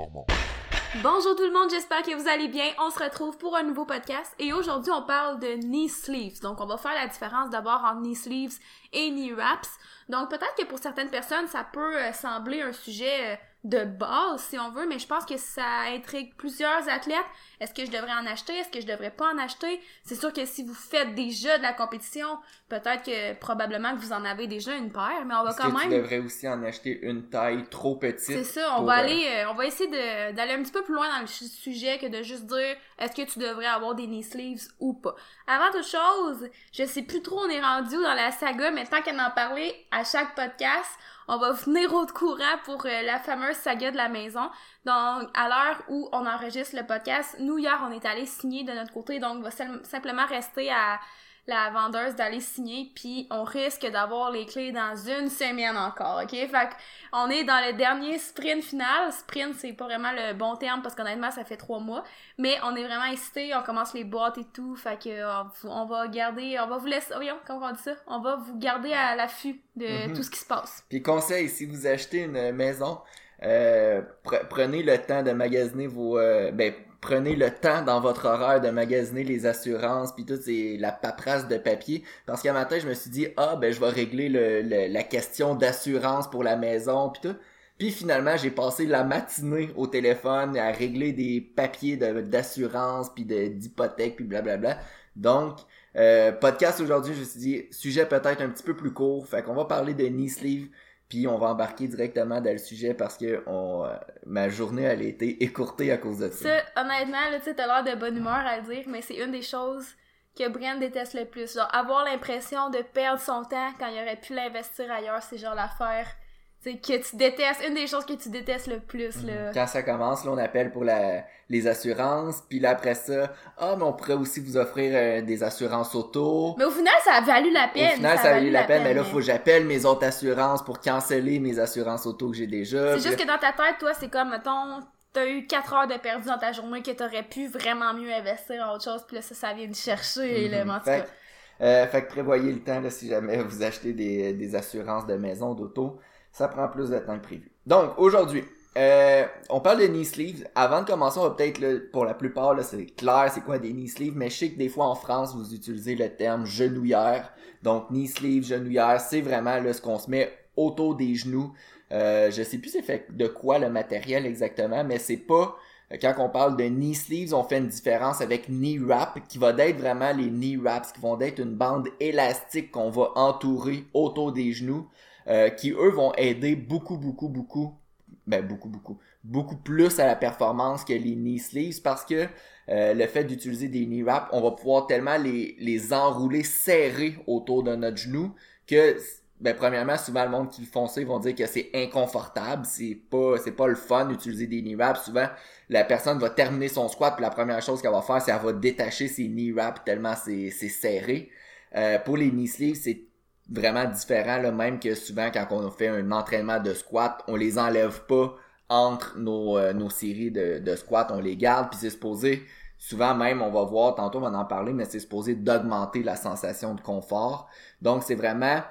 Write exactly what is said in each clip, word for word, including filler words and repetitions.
performance. Bonjour tout le monde, j'espère que vous allez bien. On se retrouve pour un nouveau podcast et aujourd'hui on parle de knee sleeves. Donc on va faire la différence d'abord entre knee sleeves et knee wraps. Donc peut-être que pour certaines personnes ça peut euh, sembler un sujet euh, de base si on veut, mais je pense que ça intrigue plusieurs athlètes. Est-ce que je devrais en acheter? Est-ce que je devrais pas en acheter? C'est sûr que si vous faites déjà de la compétition, peut-être que probablement que vous en avez déjà une paire, mais on va Est-ce quand que même... tu devrais aussi en acheter une taille trop petite? C'est ça, on pour, va euh, aller, euh, on va essayer de, d'aller un petit peu plus loin dans le ch- sujet que de juste dire est-ce que tu devrais avoir des knee sleeves ou pas. Avant toute chose, je sais plus trop on est rendu dans la saga, mais tant qu'à en parler à chaque podcast, on va venir au courant pour euh, la fameuse saga de la maison. Donc, à l'heure où on enregistre le podcast, nous, hier, on est allé signer de notre côté, donc on va sim- simplement rester à la vendeuse d'aller signer, puis on risque d'avoir les clés dans une semaine encore, ok? Fait qu'on est dans le dernier sprint final. Sprint, c'est pas vraiment le bon terme, parce qu'honnêtement, ça fait trois mois, mais on est vraiment excités, on commence les boîtes et tout, fait que euh, on va garder, on va vous laisser, voyons, comment on dit ça? On va vous garder à l'affût de Mm-hmm. tout ce qui se passe. Puis conseil, si vous achetez une maison, euh, pre- prenez le temps de magasiner vos... Euh, ben, prenez le temps dans votre horaire de magasiner les assurances puis tout, c'est la paperasse de papier. Parce qu'un matin, je me suis dit, ah, ben, je vais régler le, le- la question d'assurance pour la maison puis tout. Puis finalement, j'ai passé la matinée au téléphone à régler des papiers de, d'assurance puis de, d'hypothèque puis blablabla. Donc, euh, podcast aujourd'hui, je me suis dit, sujet peut-être un petit peu plus court. Fait qu'on va parler de knee sleeve. Puis on va embarquer directement dans le sujet parce que on, euh, ma journée elle a été écourtée à cause de ça. Ça, honnêtement, là, tu sais, t'as l'air de bonne humeur à le dire, mais c'est une des choses que Brian déteste le plus. Genre, avoir l'impression de perdre son temps quand il aurait pu l'investir ailleurs, c'est genre l'affaire, tu sais, que tu détestes, une des choses que tu détestes le plus, là. Quand ça commence, là, on appelle pour la, les assurances, puis là, après ça, ah, mais on pourrait aussi vous offrir euh, des assurances auto. Mais au final, ça a valu la peine. Au final, ça, a valu la peine, mais là, faut que j'appelle mes autres assurances pour canceller mes assurances auto que j'ai déjà. C'est juste que dans ta tête, toi, c'est comme, mettons, t'as eu quatre heures de perdu dans ta journée que t'aurais pu vraiment mieux investir en autre chose, puis là, ça, ça vient te chercher, Mm-hmm. là, mais en tout fait, cas. euh, fait que prévoyez le temps, là, si jamais vous achetez des, des assurances de maison, d'auto. Ça prend plus de temps que prévu. Donc, aujourd'hui, euh, on parle de knee sleeves. Avant de commencer, on va peut-être, là, pour la plupart, là, c'est clair, c'est quoi des knee sleeves, mais je sais que des fois en France, vous utilisez le terme genouillère. Donc, knee sleeve, genouillère, c'est vraiment là, ce qu'on se met autour des genoux. Euh, je sais plus c'est fait de quoi le matériel exactement, mais c'est pas... Quand on parle de knee sleeves, on fait une différence avec knee wrap, qui va être vraiment les knee wraps, qui vont être une bande élastique qu'on va entourer autour des genoux. Euh, qui eux vont aider beaucoup, beaucoup, beaucoup, ben beaucoup, beaucoup, beaucoup plus à la performance que les knee sleeves parce que euh, le fait d'utiliser des knee wraps, on va pouvoir tellement les, les enrouler serrés autour de notre genou que, ben premièrement, souvent le monde qui font ça, ils vont dire que c'est inconfortable, c'est pas, c'est pas le fun d'utiliser des knee wraps. Souvent, la personne va terminer son squat puis la première chose qu'elle va faire, c'est qu'elle va détacher ses knee wraps tellement c'est, c'est serré. Euh, pour les knee sleeves, c'est vraiment différent, là, même que souvent quand on fait un entraînement de squat, on les enlève pas entre nos, euh, nos séries de, de squat, on les garde, puis c'est supposé, souvent même, on va voir, tantôt on va en parler, mais c'est supposé d'augmenter la sensation de confort. Donc c'est vraiment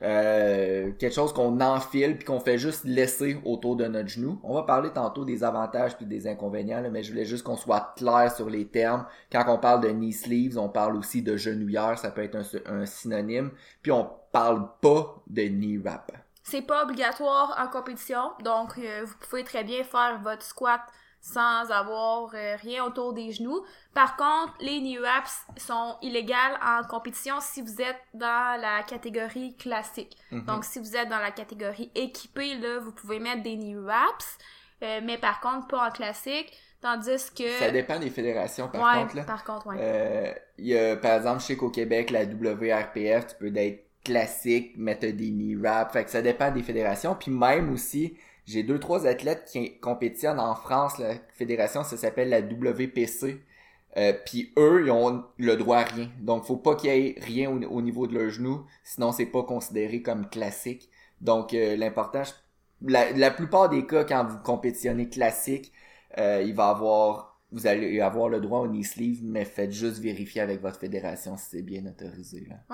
euh, quelque chose qu'on enfile puis qu'on fait juste laisser autour de notre genou. On va parler tantôt des avantages puis des inconvénients, là, mais je voulais juste qu'on soit clair sur les termes. Quand on parle de knee sleeves, on parle aussi de genouillère, ça peut être un, un synonyme. Puis on parle pas de knee wrap. C'est pas obligatoire en compétition, donc euh, vous pouvez très bien faire votre squat sans avoir euh, rien autour des genoux. Par contre, les knee wraps sont illégales en compétition si vous êtes dans la catégorie classique. Mm-hmm. Donc, si vous êtes dans la catégorie équipée, là, vous pouvez mettre des knee wraps, euh, mais par contre, pas en classique. Tandis que... Ça dépend des fédérations, par ouais, contre. Là. par contre, ouais. Euh, y a, par exemple, je sais qu'au Québec, la W R P F, tu peux être classique, mais t'as des knee wraps. Fait que ça dépend des fédérations. Puis même aussi, j'ai deux, trois athlètes qui compétitionnent en France. La fédération, ça s'appelle la W P C. Euh, puis eux, ils ont le droit à rien. Donc, faut pas qu'il y ait rien au, au niveau de leur genou. Sinon, c'est pas considéré comme classique. Donc, euh, l'important... Je, la, la plupart des cas, quand vous compétitionnez classique, euh, il va avoir... Vous allez avoir le droit au knee sleeve, mais faites juste vérifier avec votre fédération si c'est bien autorisé. Là. Ouais.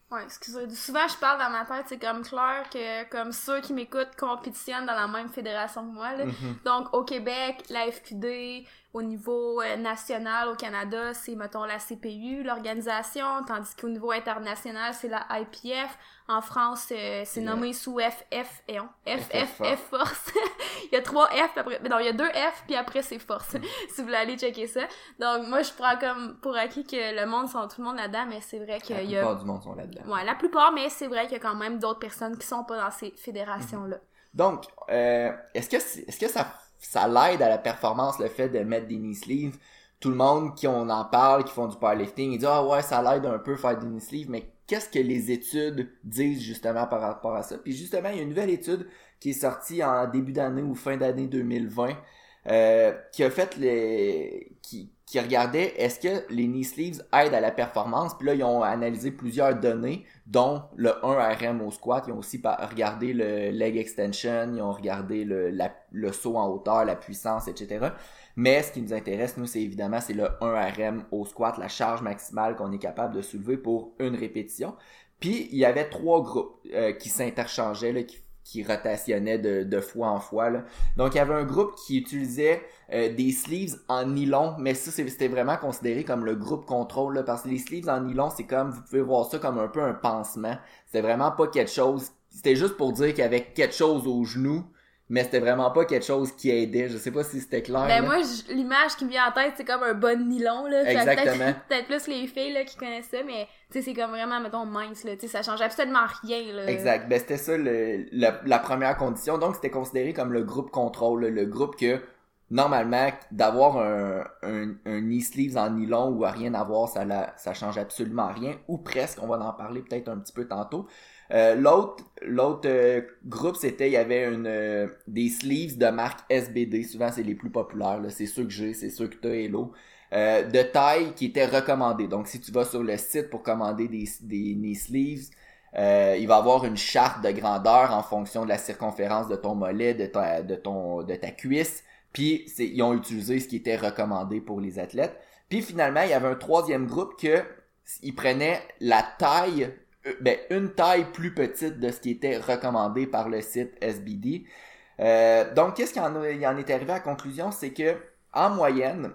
Ouais, excusez. Souvent, je parle dans ma tête, c'est comme clair que comme ceux qui m'écoutent compétitionnent dans la même fédération que moi, là. Mm-hmm. Donc, au Québec, la F Q D, au niveau euh, national, au Canada, c'est, mettons, la C P U, l'organisation, tandis qu'au niveau international, c'est la I P F. En France, euh, c'est Yeah. nommé sous F F, et on, F F, F F, F Force. Il y a trois F, puis après, mais non, il y a deux F, puis après, c'est Force, Mm. si vous voulez aller checker ça. Donc, moi, je prends comme pour acquis que le monde sont tout le monde là-dedans, mais c'est vrai qu'il La y a... plupart du monde sont là-dedans. Ouais, la plupart, mais c'est vrai qu'il y a quand même d'autres personnes qui sont pas dans ces fédérations-là. Donc, euh, est-ce que, c'est- est-ce que ça, ça l'aide à la performance, le fait de mettre des knee sleeves? Tout le monde qui on en parle, qui font du powerlifting, ils disent « Ah ouais, ça l'aide un peu faire des knee sleeves », mais qu'est-ce que les études disent justement par rapport à ça? Puis justement, il y a une nouvelle étude qui est sortie en début d'année ou fin d'année deux mille vingt, euh, qui a fait les... qui, qui regardait est-ce que les knee sleeves aident à la performance. Puis là, ils ont analysé plusieurs données, dont le un R M au squat. Ils ont aussi regardé le leg extension, ils ont regardé le, la, le saut en hauteur, la puissance, et cetera. Mais ce qui nous intéresse, nous, c'est évidemment c'est le un R M au squat, la charge maximale qu'on est capable de soulever pour une répétition. Puis, il y avait trois groupes euh, qui s'interchangeaient, là, qui qui rotationnait de, de fois en fois, là. Donc, il y avait un groupe qui utilisait euh, des sleeves en nylon, mais ça, c'était vraiment considéré comme le groupe contrôle, là, parce que les sleeves en nylon, c'est comme, vous pouvez voir ça comme un peu un pansement. C'était vraiment pas quelque chose, c'était juste pour dire qu'il y avait quelque chose au genou, mais c'était vraiment pas quelque chose qui aidait. Je sais pas si c'était clair. Ben là. moi, j- l'image qui me vient en tête, c'est comme un bon nylon, là. Fait que Exactement. Peut-être, peut-être plus les filles, là, qui connaissent ça, mais, tu sais, c'est comme vraiment, mettons, mince, là. Tu sais, ça change absolument rien, là. Exact. Ben, c'était ça le, la, la première condition. Donc, c'était considéré comme le groupe contrôle, le groupe que, normalement, d'avoir un, un, un knee sleeves en nylon ou à rien avoir, ça, la, ça change absolument rien, ou presque. On va en parler peut-être un petit peu tantôt. Euh, l'autre l'autre euh, groupe, c'était, il y avait une euh, des sleeves de marque S B D. Souvent, c'est les plus populaires, là. C'est ceux que j'ai, c'est ceux que t'as, Hello. Euh, de taille qui étaient recommandés. Donc, si tu vas sur le site pour commander des, des knee sleeves, euh, il va avoir une charte de grandeur en fonction de la circonférence de ton mollet, de ta, de ton, de ta cuisse. Puis, c'est, ils ont utilisé ce qui était recommandé pour les athlètes. Puis, finalement, il y avait un troisième groupe que ils prenaient la taille, ben, une taille plus petite de ce qui était recommandé par le site S B D. Euh, donc, qu'est-ce qu'il en, a, il en est arrivé à la conclusion? C'est que, en moyenne,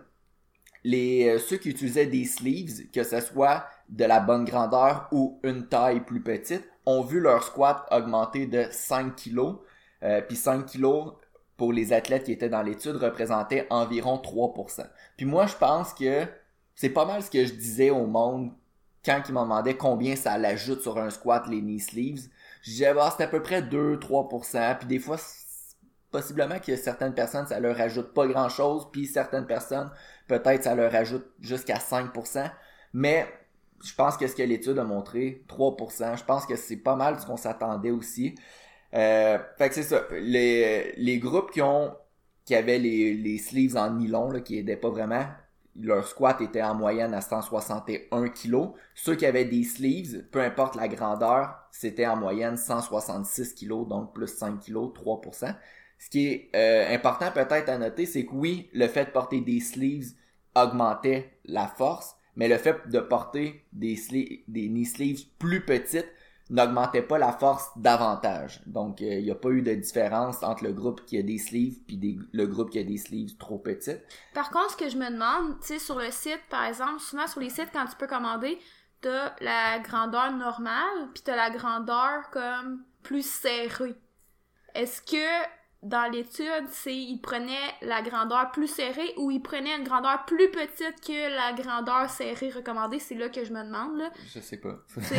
les, ceux qui utilisaient des sleeves, que ce soit de la bonne grandeur ou une taille plus petite, ont vu leur squat augmenter de cinq kilos. Euh, puis cinq kilos, pour les athlètes qui étaient dans l'étude, représentait environ trois pour cent. Puis moi, je pense que c'est pas mal ce que je disais au monde quand ils m'en demandaient combien ça l'ajoute sur un squat, les knee sleeves. Je disais, bah, c'est à peu près deux à trois pour cent. Puis des fois, possiblement que certaines personnes, ça leur ajoute pas grand-chose. Puis certaines personnes, peut-être, ça leur ajoute jusqu'à cinq pour cent. Mais je pense que ce que l'étude a montré, trois pour cent, je pense que c'est pas mal ce qu'on s'attendait aussi. Euh, fait que c'est ça. Les, les groupes qui ont qui avaient les, les sleeves en nylon, là, qui aidaient pas vraiment, leur squat était en moyenne à cent soixante et un kilos. Ceux qui avaient des sleeves, peu importe la grandeur, c'était en moyenne cent soixante-six kilos, donc plus cinq kilos, trois pour cent. Ce qui est euh, important peut-être à noter, c'est que oui, le fait de porter des sleeves augmentait la force, mais le fait de porter des, sli- des knee sleeves plus petites n'augmentait pas la force davantage. Donc, il euh, n'y a pas eu de différence entre le groupe qui a des sleeves puis des, le groupe qui a des sleeves trop petites. Par contre, ce que je me demande, tu sais, sur le site, par exemple, souvent sur les sites, quand tu peux commander, t'as la grandeur normale, puis t'as la grandeur comme plus serrée. Est-ce que dans l'étude, c'est ils prenaient la grandeur plus serrée ou ils prenaient une grandeur plus petite que la grandeur serrée recommandée? C'est là que je me demande, là. Je sais pas.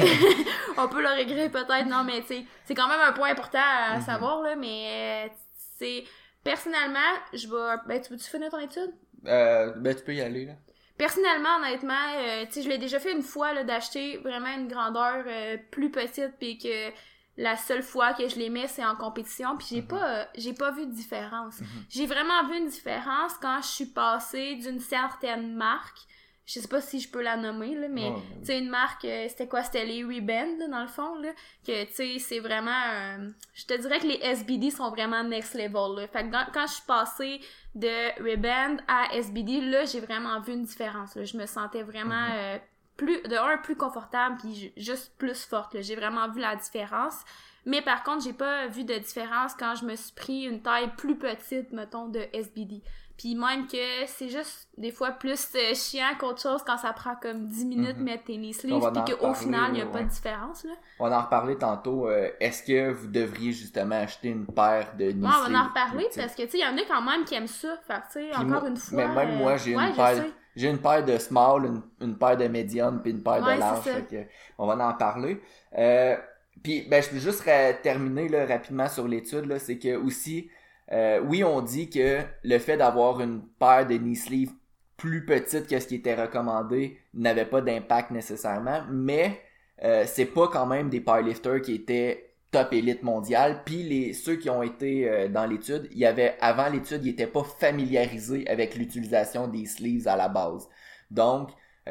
On peut le regretter peut-être, non, mais tu sais, c'est quand même un point important à Mm-hmm. savoir, là, mais euh, c'est... Personnellement, je vais... Ben, tu veux-tu finir ton étude? Euh, ben, tu peux y aller, là. Personnellement, honnêtement, euh, tu sais, je l'ai déjà fait une fois, là, d'acheter vraiment une grandeur euh, plus petite, puis que la seule fois que je les mets, c'est en compétition, puis j'ai Mm-hmm. pas euh, j'ai pas vu de différence. Mm-hmm. J'ai vraiment vu une différence quand je suis passée d'une certaine marque, je sais pas si je peux la nommer, là, mais Oh, tu sais, une marque, euh, c'était quoi? C'était les Reband, là, dans le fond, là, que, tu sais, c'est vraiment... Euh, je te dirais que les S B D sont vraiment next level, là. Fait que quand, quand je suis passée de Reband à S B D, là, j'ai vraiment vu une différence, là. Je me sentais vraiment... Mm-hmm. euh, plus, de un, plus confortable, puis ju- juste plus forte, là. J'ai vraiment vu la différence. Mais par contre, j'ai pas vu de différence quand je me suis pris une taille plus petite, mettons, de S B D. Puis même que c'est juste des fois plus euh, chiant qu'autre chose quand ça prend comme dix minutes Mm-hmm. mettre tes knee sleeves, puis qu'au final, il y a ouais. pas de différence, là. On va en reparler tantôt. Euh, est-ce que vous devriez justement acheter une paire de knee ouais, sleeves? On va en reparler parce que, tu sais, il y en a quand même qui aiment ça. Fait tu sais, encore moi, une fois... Mais même euh... moi, j'ai ouais, une paire... J'ai une paire de small, une, une paire de medium, puis une paire ouais, de large. Fait que on va en parler. Euh... Puis, ben, je peux juste ra- terminer là, rapidement sur l'étude, là, c'est que aussi, euh, oui, on dit que le fait d'avoir une paire de knee sleeves plus petite que ce qui était recommandé n'avait pas d'impact nécessairement, mais euh, c'est pas quand même des powerlifters qui étaient top élite mondiale. Puis les ceux qui ont été euh, dans l'étude, il y avait avant l'étude, ils étaient pas familiarisés avec l'utilisation des sleeves à la base. Donc,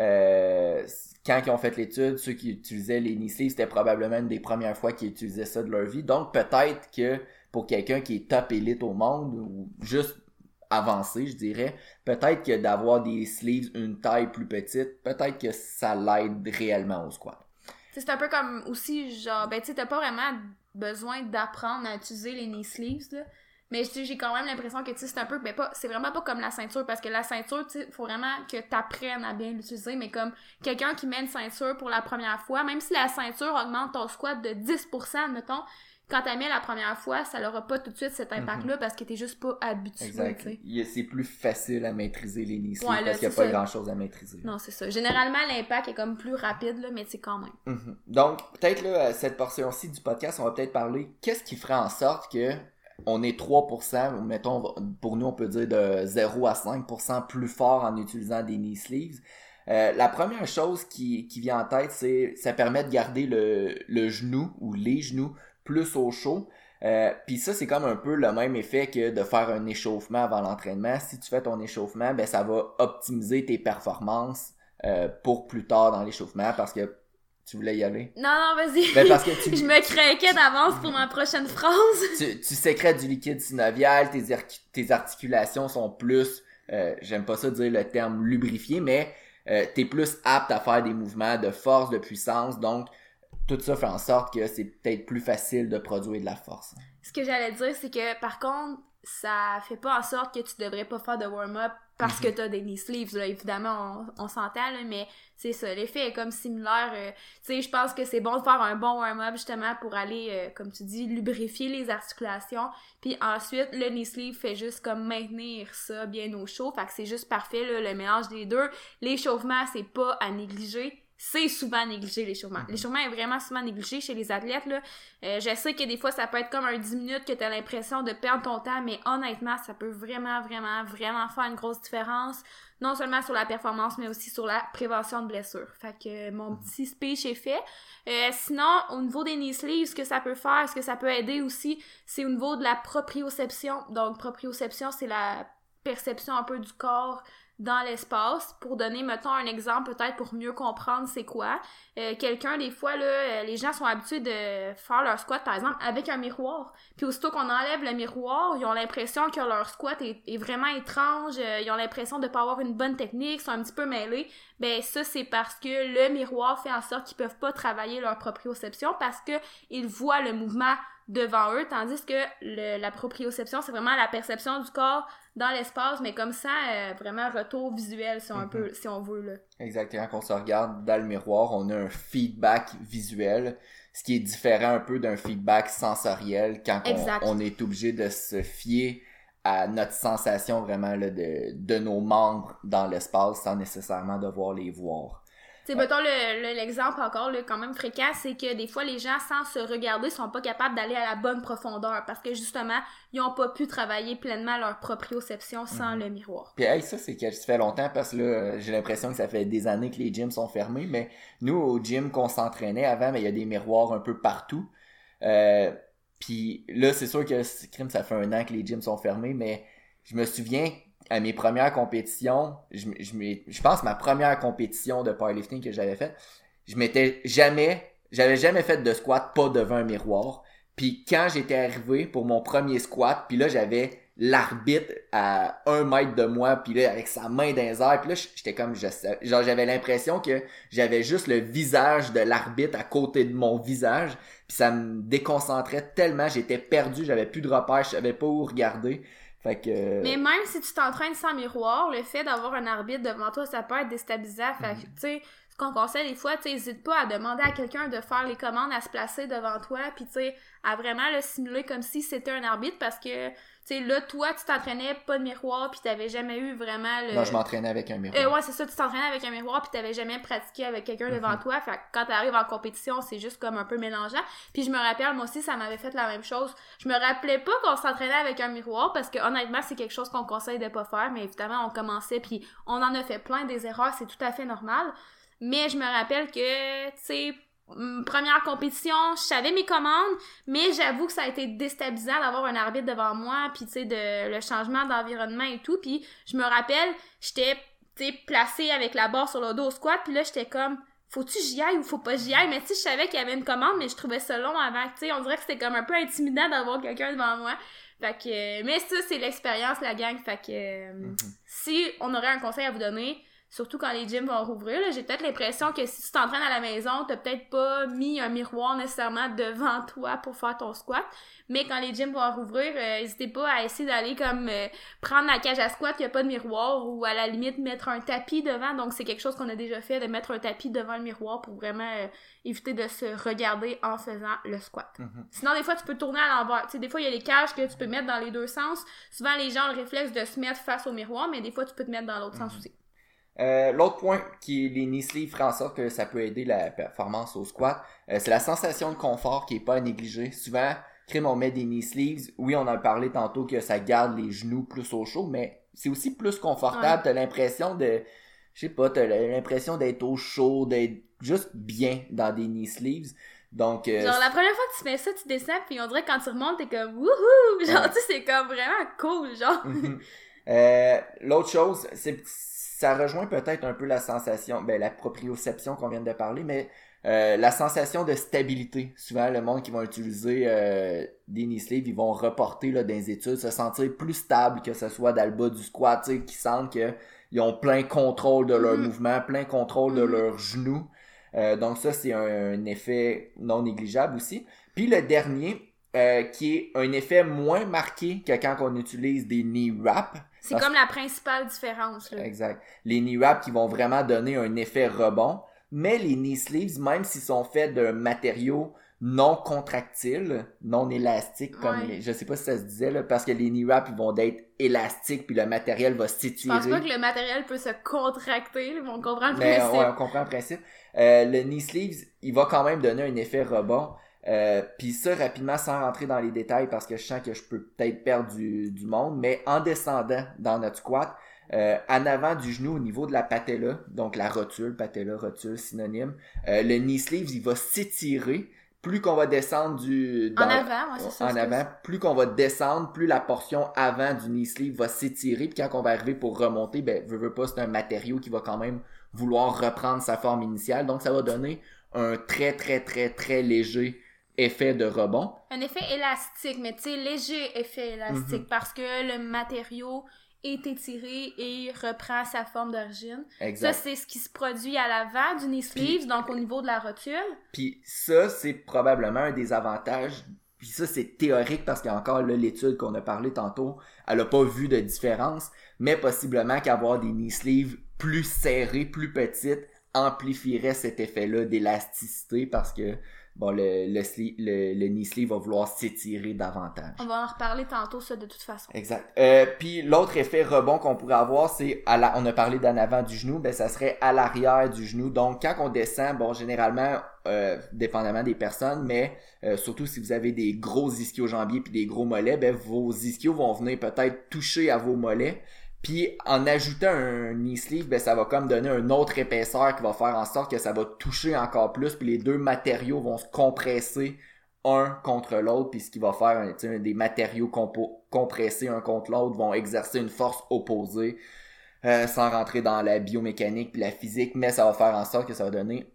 euh, quand ils ont fait l'étude, ceux qui utilisaient les knee sleeves, c'était probablement une des premières fois qu'ils utilisaient ça de leur vie. Donc, peut-être que pour quelqu'un qui est top élite au monde, ou juste avancé, je dirais, peut-être que d'avoir des sleeves une taille plus petite, peut-être que ça l'aide réellement au squat. C'est un peu comme aussi, genre, ben tu sais, t'as pas vraiment besoin d'apprendre à utiliser les knee sleeves, là. Mais j'ai quand même l'impression que, tu sais, c'est un peu, ben pas, c'est vraiment pas comme la ceinture, parce que la ceinture, tu sais, faut vraiment que t'apprennes à bien l'utiliser, mais comme quelqu'un qui met une ceinture pour la première fois, même si la ceinture augmente ton squat de dix pour cent, mettons, quand t'as mis la première fois, ça n'aura pas tout de suite cet impact-là, mm-hmm. parce que t'es juste pas habitué, exact. Tu sais. C'est plus facile à maîtriser les knee sleeves, ouais, là, parce qu'il n'y a ça. pas grand-chose à maîtriser. Non, c'est ça. Généralement, l'impact est comme plus rapide, là, mais c'est quand même. Mm-hmm. Donc, peut-être, là, cette portion-ci du podcast, on va peut-être parler, qu'est-ce qui ferait en sorte que on est trois pour cent, mettons, pour nous, on peut dire de zéro à cinq pour cent plus fort en utilisant des knee sleeves. Euh, la première chose qui, qui vient en tête, c'est ça permet de garder le, le genou ou les genoux plus au chaud. Euh, Puis ça, c'est comme un peu le même effet que de faire un échauffement avant l'entraînement. Si tu fais ton échauffement, ben ça va optimiser tes performances euh, pour plus tard dans l'échauffement parce que tu voulais y aller? Non, non, vas-y. Ben parce que tu... Je me craquais d'avance pour ma prochaine phrase. tu, tu sécrètes du liquide synovial, tes, ar- tes articulations sont plus, euh, j'aime pas ça dire le terme lubrifié, mais euh, t'es plus apte à faire des mouvements de force, de puissance, donc tout ça fait en sorte que c'est peut-être plus facile de produire de la force. Ce que j'allais dire, c'est que par contre, ça fait pas en sorte que tu devrais pas faire de warm-up parce mm-hmm. que t'as des knee sleeves, là, évidemment, on, on s'entend, là, mais c'est ça, l'effet est comme similaire. Euh, tu sais, je pense que c'est bon de faire un bon warm-up, justement, pour aller, euh, comme tu dis, lubrifier les articulations, puis ensuite, le knee sleeve fait juste comme maintenir ça bien au chaud, fait que c'est juste parfait, là, le mélange des deux. L'échauffement, c'est pas à négliger. C'est souvent négligé, l'échauffement. Mm-hmm. L'échauffement est vraiment souvent négligé chez les athlètes, là. Euh, je sais que des fois, ça peut être comme un dix minutes que t'as l'impression de perdre ton temps, mais honnêtement, ça peut vraiment, vraiment, vraiment faire une grosse différence. Non seulement sur la performance, mais aussi sur la prévention de blessures. Fait que euh, mon mm-hmm. petit speech est fait. Euh, sinon, au niveau des knee sleeves, ce que ça peut faire, ce que ça peut aider aussi, c'est au niveau de la proprioception. Donc, proprioception, c'est la perception un peu du corps dans l'espace. Pour donner, mettons, un exemple, peut-être pour mieux comprendre c'est quoi. Euh, quelqu'un, des fois, là, euh, les gens sont habitués de faire leur squat, par exemple, avec un miroir. Puis aussitôt qu'on enlève le miroir, ils ont l'impression que leur squat est, est vraiment étrange, euh, ils ont l'impression de pas avoir une bonne technique, sont un petit peu mêlés. Ben ça, c'est parce que le miroir fait en sorte qu'ils peuvent pas travailler leur proprioception parce que ils voient le mouvement devant eux, tandis que le, la proprioception, c'est vraiment la perception du corps dans l'espace, mais comme ça, euh, vraiment retour visuel, si on, mm-hmm. peut, si on veut. Là. Exactement, quand on se regarde dans le miroir, on a un feedback visuel, ce qui est différent un peu d'un feedback sensoriel quand on, on est obligé de se fier à notre sensation vraiment là, de, de nos membres dans l'espace sans nécessairement devoir les voir. Tu sais, mettons, le, le, l'exemple encore, là, quand même fréquent, c'est que des fois, les gens, sans se regarder, sont pas capables d'aller à la bonne profondeur parce que, justement, ils ont pas pu travailler pleinement leur proprioception sans mm-hmm. le miroir. Puis, hey, ça, c'est que ça fait longtemps parce que là, j'ai l'impression que ça fait des années que les gyms sont fermés, mais nous, au gym qu'on s'entraînait avant, mais il y a des miroirs un peu partout. Euh, puis là, c'est sûr que, crime, ça fait un an que les gyms sont fermés, mais je me souviens à mes premières compétitions, je, je, je pense ma première compétition de powerlifting que j'avais faite, je m'étais jamais, j'avais jamais fait de squat pas devant un miroir. Puis quand j'étais arrivé pour mon premier squat, puis là j'avais l'arbitre à un mètre de moi, puis là, avec sa main dans les airs, puis là, j'étais comme, je sais, genre, j'avais l'impression que j'avais juste le visage de l'arbitre à côté de mon visage, puis ça me déconcentrait tellement, j'étais perdu, j'avais plus de repères, je savais pas où regarder. Fait que... Mais même si tu t'entraînes sans miroir, le fait d'avoir un arbitre devant toi, ça peut être déstabilisant. Fait que, tu sais, ce qu'on conseille des fois, tu sais, n'hésite pas à demander à quelqu'un de faire les commandes, à se placer devant toi, puis tu sais, à vraiment le simuler comme si c'était un arbitre, parce que, tu sais, là, toi, tu t'entraînais pas de miroir, puis t'avais jamais eu vraiment le... Non, je m'entraînais avec un miroir. Euh, ouais, c'est ça, tu t'entraînais avec un miroir, puis t'avais jamais pratiqué avec quelqu'un devant Mm-hmm. toi, fait que quand t'arrives en compétition, c'est juste comme un peu mélangeant. Puis je me rappelle, moi aussi, ça m'avait fait la même chose. Je me rappelais pas qu'on s'entraînait avec un miroir, parce que honnêtement, c'est quelque chose qu'on conseille de pas faire, mais évidemment, on commençait, puis on en a fait plein des erreurs, c'est tout à fait normal. Mais je me rappelle que, tu sais, première compétition, je savais mes commandes, mais j'avoue que ça a été déstabilisant d'avoir un arbitre devant moi, puis tu sais, de le changement d'environnement et tout. Puis je me rappelle, j'étais, tu sais, placée avec la barre sur le dos au squat, puis là, j'étais comme, faut-tu j'y aille ou faut pas j'y aille? Mais tu sais, je savais qu'il y avait une commande, mais je trouvais ça long avant, tu sais, on dirait que c'était comme un peu intimidant d'avoir quelqu'un devant moi. Fait que, mais ça, c'est l'expérience, la gang. Fait que, mm-hmm. si on aurait un conseil à vous donner, surtout quand les gyms vont rouvrir, là, j'ai peut-être l'impression que si tu t'entraînes à la maison, t'as peut-être pas mis un miroir nécessairement devant toi pour faire ton squat, mais quand les gyms vont rouvrir, euh, n'hésitez pas à essayer d'aller comme euh, prendre la cage à squat, il n'y a pas de miroir, ou à la limite mettre un tapis devant, donc c'est quelque chose qu'on a déjà fait, de mettre un tapis devant le miroir pour vraiment euh, éviter de se regarder en faisant le squat. Mm-hmm. Sinon, des fois, tu peux tourner à l'envers. Tu sais, des fois, il y a les cages que tu peux mettre dans les deux sens. Souvent, les gens ont le réflexe de se mettre face au miroir, mais des fois, tu peux te mettre dans l'autre mm-hmm. sens aussi. Euh, l'autre point qui est les knee sleeves ferait en sorte que ça peut aider la performance au squat, euh, c'est la sensation de confort qui est pas à négliger. Souvent, crème, on met des knee sleeves. Oui, on en a parlé tantôt que ça garde les genoux plus au chaud, mais c'est aussi plus confortable. Ouais. T'as l'impression de, je sais pas, t'as l'impression d'être au chaud, d'être juste bien dans des knee sleeves. Donc, euh, genre, la première fois que tu fais ça, tu descends, puis on dirait que quand tu remontes, t'es comme wouhou! Genre, ouais. Tu sais, c'est comme vraiment cool, genre. Mm-hmm. euh, l'autre chose, c'est ça rejoint peut-être un peu la sensation, ben la proprioception qu'on vient de parler, mais euh, la sensation de stabilité. Souvent, le monde qui va utiliser euh, des knee sleeves, ils vont reporter là, dans les études, se sentir plus stable que ce soit dans le bas du squat, tu sais, qui sentent qu'ils ont plein contrôle de leur mm-hmm. mouvement, plein contrôle mm-hmm. de leurs genoux. Euh, donc ça, c'est un, un effet non négligeable aussi. Puis le dernier, euh, qui est un effet moins marqué que quand on utilise des knee wraps. C'est comme que... la principale différence. Là. Exact. Les knee wraps qui vont vraiment donner un effet rebond, mais les knee sleeves, même s'ils sont faits d'un matériau non contractile, non élastique, comme ouais. les, je sais pas si ça se disait, là, parce que les knee wraps, ils vont être élastiques, puis le matériel va s'étirer. Je pense pas que le matériel peut se contracter, mais on comprend le mais, principe. Ouais, on comprend le principe. Euh, le knee sleeves, il va quand même donner un effet rebond. Euh, puis ça, rapidement, sans rentrer dans les détails, parce que je sens que je peux peut-être perdre du, du monde, mais en descendant dans notre squat, euh, en avant du genou au niveau de la patella, donc la rotule, patella, rotule, synonyme, euh, le knee sleeves, il va s'étirer. Plus qu'on va descendre du... Dans, en avant, ouais, c'est ça. En avant, plus qu'on va descendre, plus la portion avant du knee sleeve va s'étirer, puis quand on va arriver pour remonter, ben, veux, veux pas, c'est un matériau qui va quand même vouloir reprendre sa forme initiale, donc ça va donner un très, très, très, très léger effet de rebond. Un effet élastique, mais tu sais, léger effet élastique, mm-hmm. parce que le matériau est étiré et reprend sa forme d'origine. Exact. Ça, c'est ce qui se produit à l'avant du knee sleeves, puis, donc au niveau de la rotule. Puis ça, c'est probablement un des avantages. Puis ça, c'est théorique parce qu'il y a encore là, l'étude qu'on a parlé tantôt, elle n'a pas vu de différence, mais possiblement qu'avoir des knee sleeves plus serrés, plus petites, amplifierait cet effet-là d'élasticité parce que bon, le, le, sleeve, le, le knee sleeve va vouloir s'étirer davantage. On va en reparler tantôt, ça, de toute façon. Exact. Euh, puis l'autre effet rebond qu'on pourrait avoir, c'est, à la, on a parlé d'en avant du genou, ben ça serait à l'arrière du genou. Donc, quand on descend, bon, généralement, euh, dépendamment des personnes, mais euh, surtout si vous avez des gros ischio-jambiers puis des gros mollets, ben vos ischios vont venir peut-être toucher à vos mollets. Puis en ajoutant un knee sleeve, ben ça va comme donner une autre épaisseur qui va faire en sorte que ça va toucher encore plus, puis les deux matériaux vont se compresser un contre l'autre, puis ce qui va faire, tu sais, des matériaux compo- compressés un contre l'autre vont exercer une force opposée, euh, sans rentrer dans la biomécanique puis la physique, mais ça va faire en sorte que ça va donner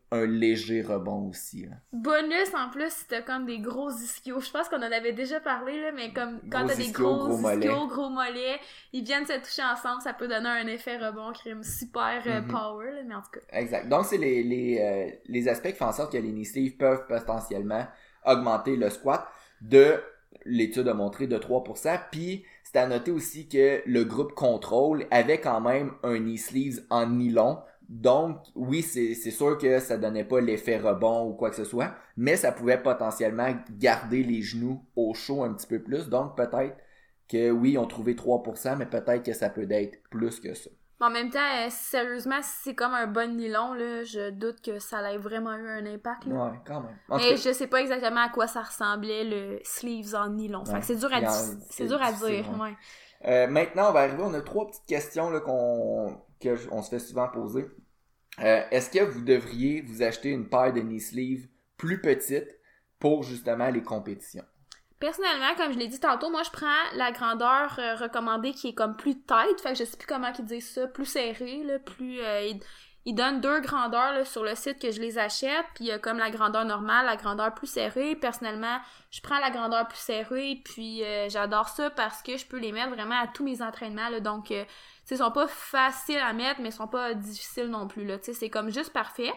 un léger rebond aussi. Là. Bonus, en plus, si t'as comme des gros ischios. Je pense qu'on en avait déjà parlé, là, mais comme quand Gros t'as des ischio, gros gros mollet. ischios, gros mollets, ils viennent se toucher ensemble, ça peut donner un effet rebond crime super euh, Mhm. power, là, mais en tout cas. Exact. Donc, c'est les, les, euh, les aspects qui font en sorte que les knee sleeves peuvent potentiellement augmenter le squat de, l'étude a montré, de trois pour cent. Puis, c'est à noter aussi que le groupe contrôle avait quand même un knee sleeves en nylon. Donc, oui, c'est, c'est sûr que ça donnait pas l'effet rebond ou quoi que ce soit, mais ça pouvait potentiellement garder les genoux au chaud un petit peu plus. Donc, peut-être que oui, on trouvait trois pour cent, mais peut-être que ça peut être plus que ça. Mais en même temps, euh, sérieusement, si c'est comme un bon nylon, là, je doute que ça ait vraiment eu un impact, là. Ouais, quand même. En tout Mais cas, je sais pas exactement à quoi ça ressemblait, le sleeves en nylon. Fait Ouais. que c'est dur à, Puis en- dis- c'est c'est dur à difficile, dire, ouais. ouais. Euh, maintenant, on va arriver, on a trois petites questions là, qu'on, que j- on se fait souvent poser. Euh, est-ce que vous devriez vous acheter une paire de knee sleeves plus petite pour justement les compétitions? Personnellement, comme je l'ai dit tantôt, moi je prends la grandeur euh, recommandée qui est comme plus tight, fait que je sais plus comment ils disent ça, plus serré, là, plus... Euh, ils, ils donnent deux grandeurs là, sur le site que je les achète, puis il y a comme la grandeur normale, la grandeur plus serrée. Personnellement, je prends la grandeur plus serrée, puis euh, j'adore ça parce que je peux les mettre vraiment à tous mes entraînements, là, donc... Euh, ils sont pas faciles à mettre, mais ils sont pas difficiles non plus, là, tu sais, c'est comme juste parfait.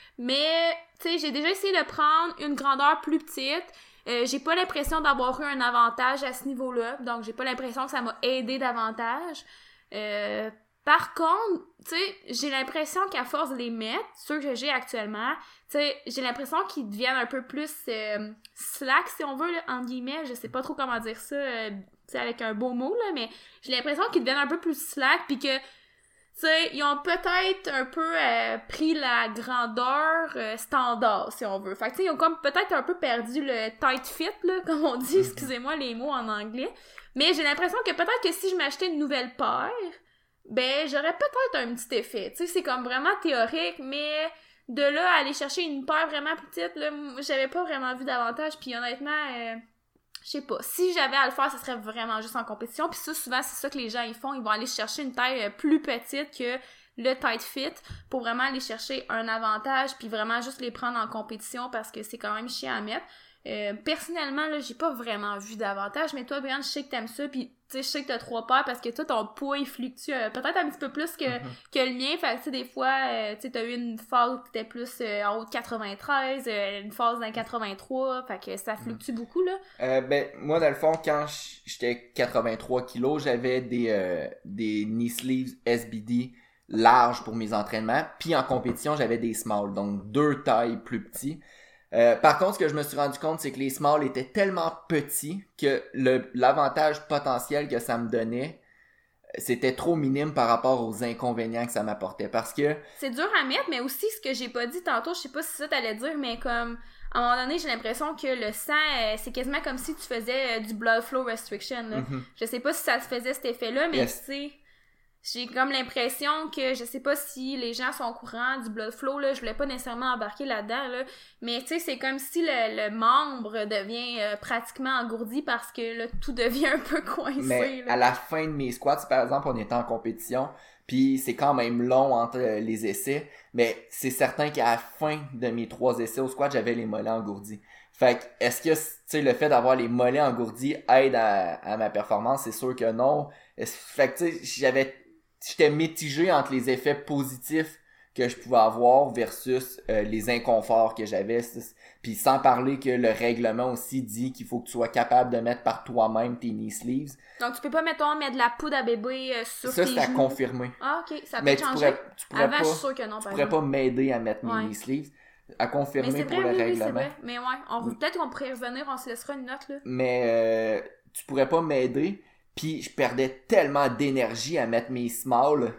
Mais, tu sais, j'ai déjà essayé de prendre une grandeur plus petite. Euh, j'ai pas l'impression d'avoir eu un avantage à ce niveau-là, donc j'ai pas l'impression que ça m'a aidé davantage. Euh, par contre, tu sais, j'ai l'impression qu'à force de les mettre, ceux que j'ai actuellement, tu sais, j'ai l'impression qu'ils deviennent un peu plus euh, slack, si on veut, là, entre guillemets, je sais pas trop comment dire ça, euh, tu sais, avec un beau mot, là, mais j'ai l'impression qu'ils deviennent un peu plus slack, puis que, tu sais, ils ont peut-être un peu euh, pris la grandeur euh, standard, si on veut. Fait que, tu sais, ils ont comme peut-être un peu perdu le tight fit, là, comme on dit, excusez-moi les mots en anglais. Mais j'ai l'impression que peut-être que si je m'achetais une nouvelle paire, ben, j'aurais peut-être un petit effet. Tu sais, c'est comme vraiment théorique, mais de là à aller chercher une paire vraiment petite, là, j'avais pas vraiment vu d'avantage, puis honnêtement... Euh, je sais pas, si j'avais à le faire, ça serait vraiment juste en compétition. Puis ça, souvent, c'est ça que les gens ils font. Ils vont aller chercher une taille plus petite que le tight fit pour vraiment aller chercher un avantage puis vraiment juste les prendre en compétition parce que c'est quand même chiant à mettre. Euh, personnellement, là, j'ai pas vraiment vu d'avantage, mais toi, Brian, je sais que t'aimes ça, puis tu sais, je sais que t'as trois paires parce que toi, ton poids, il fluctue euh, peut-être un petit peu plus que, mm-hmm. que le mien, fait que tu sais, des fois, euh, tu sais, t'as eu une phase où t'étais plus euh, en haut de quatre-vingt-treize, euh, une phase d'un quatre-vingt-trois, fait que ça fluctue mm-hmm. beaucoup, là. Euh, ben, moi, dans le fond, quand j'étais quatre-vingt-trois kilos, j'avais des, euh, des knee sleeves S B D larges pour mes entraînements, puis en compétition, j'avais des small, donc deux tailles plus petits. Euh, par contre, ce que je me suis rendu compte, c'est que les smalls étaient tellement petits que le, l'avantage potentiel que ça me donnait, c'était trop minime par rapport aux inconvénients que ça m'apportait. Parce que... C'est dur à mettre, mais aussi ce que j'ai pas dit tantôt, je sais pas si ça t'allais dire, mais comme... À un moment donné, j'ai l'impression que le sang, euh, c'est quasiment comme si tu faisais euh, du blood flow restriction. Là. Mm-hmm. Je sais pas si ça te faisait cet effet-là, mais yes. Tu sais... J'ai comme l'impression que, je sais pas si les gens sont au courant du blood flow, là, je voulais pas nécessairement embarquer là-dedans, là, mais tu sais, c'est comme si le, le membre devient euh, pratiquement engourdi parce que là, tout devient un peu coincé. Mais là. À la fin de mes squats, par exemple, on était en compétition, puis c'est quand même long entre les essais, mais c'est certain qu'à la fin de mes trois essais au squat, j'avais les mollets engourdis. Fait que, est-ce que, tu sais, le fait d'avoir les mollets engourdis aide à, à ma performance? C'est sûr que non. Fait que, tu sais, j'avais j'étais mitigé entre les effets positifs que je pouvais avoir versus euh, les inconforts que j'avais. Puis sans parler que le règlement aussi dit qu'il faut que tu sois capable de mettre par toi-même tes knee sleeves. Donc tu peux pas, mettons, mettre de la poudre à bébé euh, sur ça, tes genoux. Ça, c'est à confirmer. Ah, ok. Ça peut Mais changer. Tu pourrais, tu pourrais Avant, pas, je suis sûre que non, tu pourrais pas m'aider à mettre mes ouais. knee sleeves. À confirmer mais pour vrai, le oui, règlement. Oui, c'est vrai. Mais ouais, on, peut-être qu'on pourrait revenir, on se laissera une note, là. Mais euh, tu pourrais pas m'aider. Puis je perdais tellement d'énergie à mettre mes smalls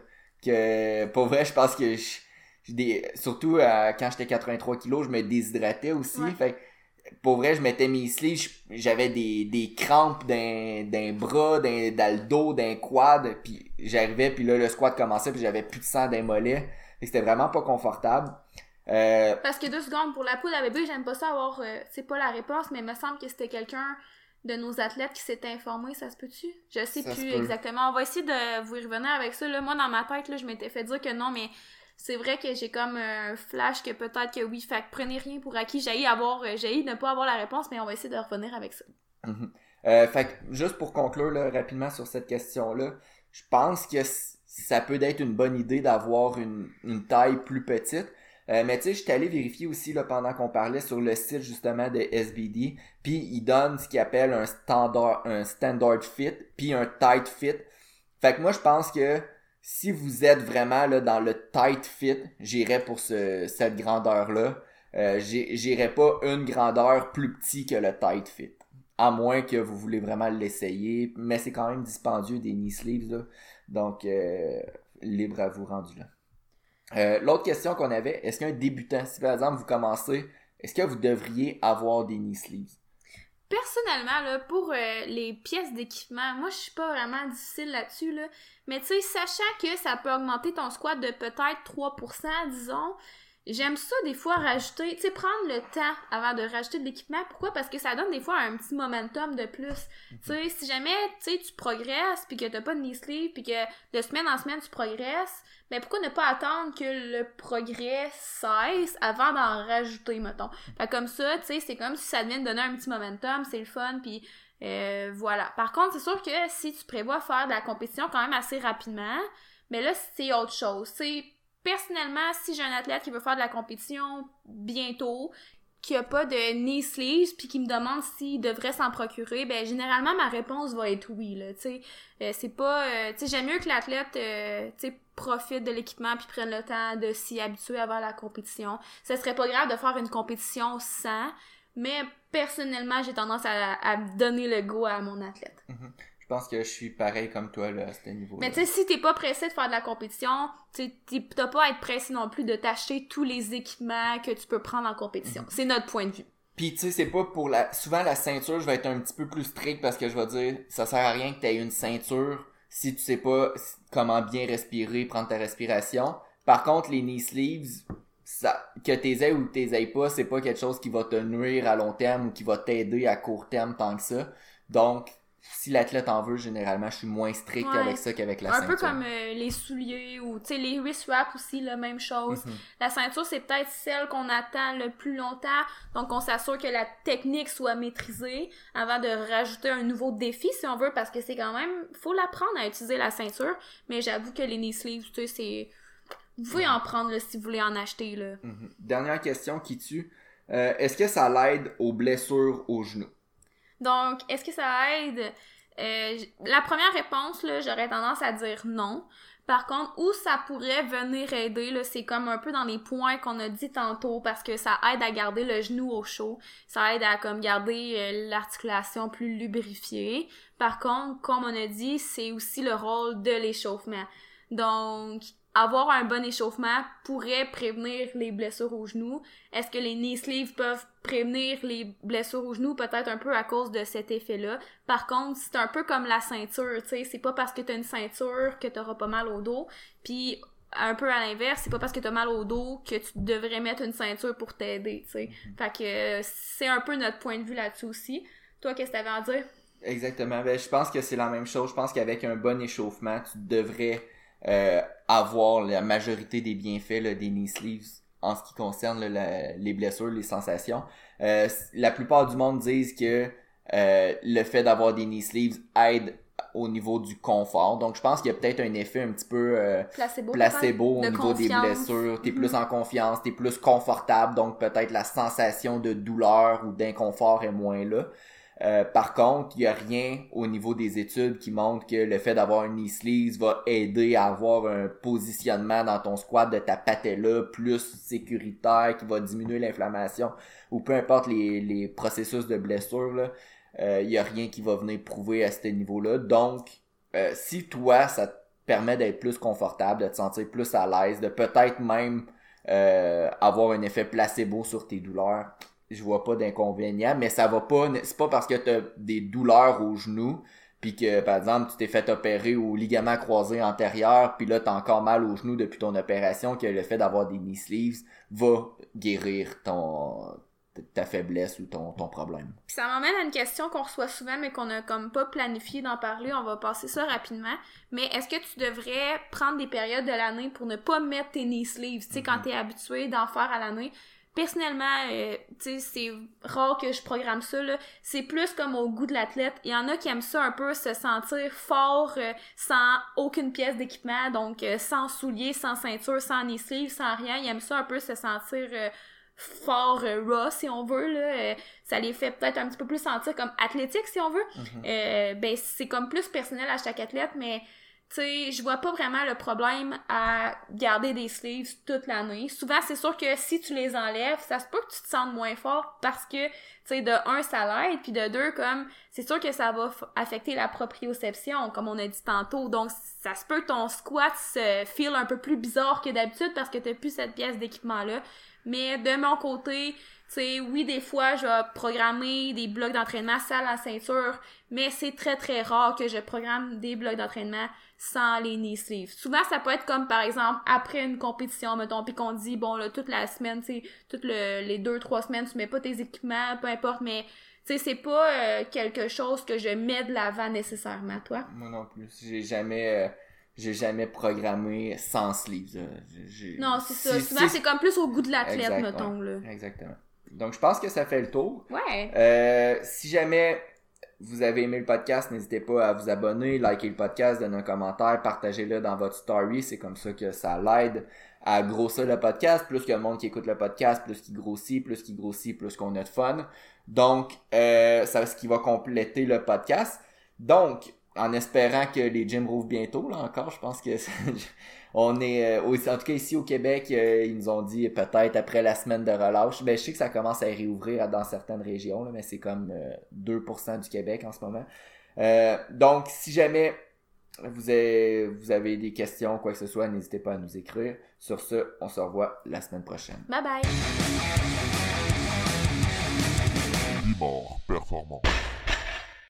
que pour vrai, je pense que je, je des, surtout euh, quand j'étais quatre-vingt-trois kilos, je me déshydratais aussi. Ouais. Fait pour vrai, je mettais mes sleeves, j'avais des, des crampes d'un, d'un bras, d'un, dans le dos, d'un quad, puis j'arrivais, puis là le squat commençait, puis j'avais plus de sang d'un mollet. C'était vraiment pas confortable. Euh... Parce que deux secondes, pour la poudre à bébé, j'aime pas ça avoir, euh, c'est pas la réponse, mais il me semble que c'était quelqu'un de nos athlètes qui s'est informé, ça se peut-tu? Je sais ça plus exactement. On va essayer de vous y revenir avec ça. Là, moi, dans ma tête, là, je m'étais fait dire que non, mais c'est vrai que j'ai comme un flash que peut-être que oui, fait que prenez rien pour acquis, j'ai avoir, j'ai ne pas avoir la réponse, mais on va essayer de revenir avec ça. Mm-hmm. Euh, fait que, juste pour conclure là, rapidement sur cette question-là, je pense que c- ça peut être une bonne idée d'avoir une, une taille plus petite. Euh, mais tu sais, j'étais allé vérifier aussi là, pendant qu'on parlait sur le site justement de S B D, puis ils donnent ce qu'ils appellent un standard, un standard fit, puis un tight fit. Fait que moi, je pense que si vous êtes vraiment là dans le tight fit, j'irais pour ce, cette grandeur-là. Euh, j'ai- j'irais pas une grandeur plus petit que le tight fit. À moins que vous voulez vraiment l'essayer, mais c'est quand même dispendieux des knee sleeves, là. Donc, euh, libre à vous rendu là. Euh, l'autre question qu'on avait, est-ce qu'un débutant, si par exemple vous commencez, est-ce que vous devriez avoir des knee sleeves? Personnellement, là, pour euh, les pièces d'équipement, moi, je suis pas vraiment difficile là-dessus, là. Mais tu sais, sachant que ça peut augmenter ton squat de peut-être trois pour cent, disons, j'aime ça des fois rajouter, tu sais, prendre le temps avant de rajouter de l'équipement. Pourquoi? Parce que ça donne des fois un petit momentum de plus. Mm-hmm. Tu sais, si jamais, tu sais, tu progresses puis que t'as pas de knee sleeve puis que de semaine en semaine tu progresses, ben pourquoi ne pas attendre que le progrès cesse avant d'en rajouter, mettons. Fait comme ça, tu sais, c'est comme si ça devait te donner un petit momentum, c'est le fun puis euh, voilà. Par contre, c'est sûr que si tu prévois faire de la compétition quand même assez rapidement, mais là, c'est autre chose. Tu sais, personnellement, si j'ai un athlète qui veut faire de la compétition bientôt, qui a pas de knee sleeves, puis qui me demande s'il devrait s'en procurer, ben généralement ma réponse va être oui, là, tu sais. Euh, c'est pas, euh, tu sais, j'aime mieux que l'athlète, euh, tu sais, profite de l'équipement puis prenne le temps de s'y habituer avant la compétition. Ça serait pas grave de faire une compétition sans, mais personnellement, j'ai tendance à, à donner le go à mon athlète. Mm-hmm. Je pense que je suis pareil comme toi là, à ce niveau-là. Mais tu sais, si t'es pas pressé de faire de la compétition, tu t'as pas à être pressé non plus de t'acheter tous les équipements que tu peux prendre en compétition. Mm-hmm. C'est notre point de vue. Puis tu sais, c'est pas pour la... Souvent la ceinture, je vais être un petit peu plus strict parce que je vais dire, ça sert à rien que t'aies une ceinture si tu sais pas comment bien respirer, prendre ta respiration. Par contre, les knee sleeves, ça, que t'es aies ou que t'es aies pas, c'est pas quelque chose qui va te nuire à long terme ou qui va t'aider à court terme tant que ça. Donc, si l'athlète en veut, généralement, je suis moins strict ouais. avec ça qu'avec la un ceinture. Un peu comme euh, les souliers ou, tu sais, les wrist wraps aussi, la même chose. Mm-hmm. La ceinture, c'est peut-être celle qu'on attend le plus longtemps, donc on s'assure que la technique soit maîtrisée avant de rajouter un nouveau défi, si on veut, parce que c'est quand même, faut l'apprendre à utiliser la ceinture, mais j'avoue que les knee sleeves, tu sais, c'est... Vous pouvez mm-hmm. en prendre, là, si vous voulez en acheter, là. Mm-hmm. Dernière question qui tue. Euh, est-ce que ça l'aide aux blessures aux genoux? Donc, est-ce que ça aide? Euh, la première réponse, là, j'aurais tendance à dire non. Par contre, où ça pourrait venir aider, là, c'est comme un peu dans les points qu'on a dit tantôt, parce que ça aide à garder le genou au chaud. Ça aide à comme garder euh, l'articulation plus lubrifiée. Par contre, comme on a dit, c'est aussi le rôle de l'échauffement. Donc, avoir un bon échauffement pourrait prévenir les blessures aux genoux. Est-ce que les knee sleeves peuvent prévenir les blessures aux genoux? Peut-être un peu à cause de cet effet-là. Par contre, c'est un peu comme la ceinture, tu sais. C'est pas parce que t'as une ceinture que t'auras pas mal au dos. Puis, un peu à l'inverse, c'est pas parce que t'as mal au dos que tu devrais mettre une ceinture pour t'aider, tu sais. Fait que euh, c'est un peu notre point de vue là-dessus aussi. Toi, qu'est-ce que t'avais à dire? Exactement. Ben, je pense que c'est la même chose. Je pense qu'avec un bon échauffement, tu devrais... Euh, avoir la majorité des bienfaits là, des knee sleeves en ce qui concerne là, la, les blessures, les sensations. Euh, la plupart du monde disent que euh, le fait d'avoir des knee sleeves aide au niveau du confort. Donc je pense qu'il y a peut-être un effet un petit peu euh, placebo, placebo au de niveau confiance. Des blessures. T'es mm-hmm. plus en confiance, t'es plus confortable, donc peut-être la sensation de douleur ou d'inconfort est moins là. Euh, par contre, il n'y a rien au niveau des études qui montre que le fait d'avoir une knee sleeve va aider à avoir un positionnement dans ton squat de ta patella plus sécuritaire, qui va diminuer l'inflammation, ou peu importe les, les processus de blessure, là, euh, il n'y a rien qui va venir prouver à ce niveau-là. Donc, euh, si toi, ça te permet d'être plus confortable, de te sentir plus à l'aise, de peut-être même euh, avoir un effet placebo sur tes douleurs, je vois pas d'inconvénient, mais ça va pas, c'est pas parce que t'as des douleurs aux genoux, puis que, par exemple, tu t'es fait opérer au ligament croisé antérieur, puis là, t'as encore mal aux genoux depuis ton opération, que le fait d'avoir des knee sleeves va guérir ton, ta faiblesse ou ton, ton problème. Puis ça m'emmène à une question qu'on reçoit souvent, mais qu'on a comme pas planifié d'en parler. On va passer ça rapidement. Mais est-ce que tu devrais prendre des périodes de l'année pour ne pas mettre tes knee sleeves, tu sais, mm-hmm. quand t'es habitué d'en faire à l'année? Personnellement, euh, tu sais, c'est rare que je programme ça, là. C'est plus comme au goût de l'athlète. Il y en a qui aiment ça un peu, se sentir fort euh, sans aucune pièce d'équipement, donc euh, sans souliers, sans ceinture, sans knee sleeve, sans rien. Ils aiment ça un peu se sentir euh, fort euh, raw, si on veut, là. Euh, ça les fait peut-être un petit peu plus sentir comme athlétique, si on veut. Mm-hmm. Euh, ben, c'est comme plus personnel à chaque athlète, mais... Tu sais, je vois pas vraiment le problème à garder des sleeves toute l'année. Souvent, c'est sûr que si tu les enlèves, ça se peut que tu te sentes moins fort parce que, tu sais, de un, ça l'aide, puis de deux, comme, c'est sûr que ça va f- affecter la proprioception, comme on a dit tantôt. Donc, ça se peut que ton squat se feel un peu plus bizarre que d'habitude parce que t'as plus cette pièce d'équipement-là. Mais de mon côté, tu sais, oui, des fois, je vais programmer des blocs d'entraînement sans la ceinture, mais c'est très, très rare que je programme des blocs d'entraînement sans les knee sleeves. Souvent, ça peut être comme, par exemple, après une compétition, mettons, puis qu'on dit, bon, là, toute la semaine, tu sais, toutes le, les deux, trois semaines, tu mets pas tes équipements, peu importe, mais, tu sais, c'est pas euh, quelque chose que je mets de l'avant nécessairement, toi? Moi non plus. J'ai jamais... Euh... J'ai jamais programmé sans sleeves. J'ai... Non, c'est ça. Si, Souvent, c'est... c'est comme plus au goût de l'athlète, exact, mettons. Ouais, là. Exactement. Donc, je pense que ça fait le tour. Ouais. Euh, si jamais vous avez aimé le podcast, n'hésitez pas à vous abonner, liker le podcast, donner un commentaire, partagez-le dans votre story. C'est comme ça que ça l'aide à grossir le podcast. Plus qu'il y a de monde qui écoute le podcast, plus qu'il grossit, plus qu'il grossit, plus qu'on a de fun. Donc, euh, c'est ce qui va compléter le podcast. Donc, en espérant que les gyms rouvrent bientôt, là encore, je pense que on est, euh, en tout cas ici au Québec, euh, ils nous ont dit peut-être après la semaine de relâche. Ben je sais que ça commence à réouvrir dans certaines régions, là, mais c'est comme euh, deux pour cent du Québec en ce moment. Euh, donc si jamais vous avez, vous avez des questions, quoi que ce soit, n'hésitez pas à nous écrire. Sur ce, on se revoit la semaine prochaine. Bye bye. Bimor performant.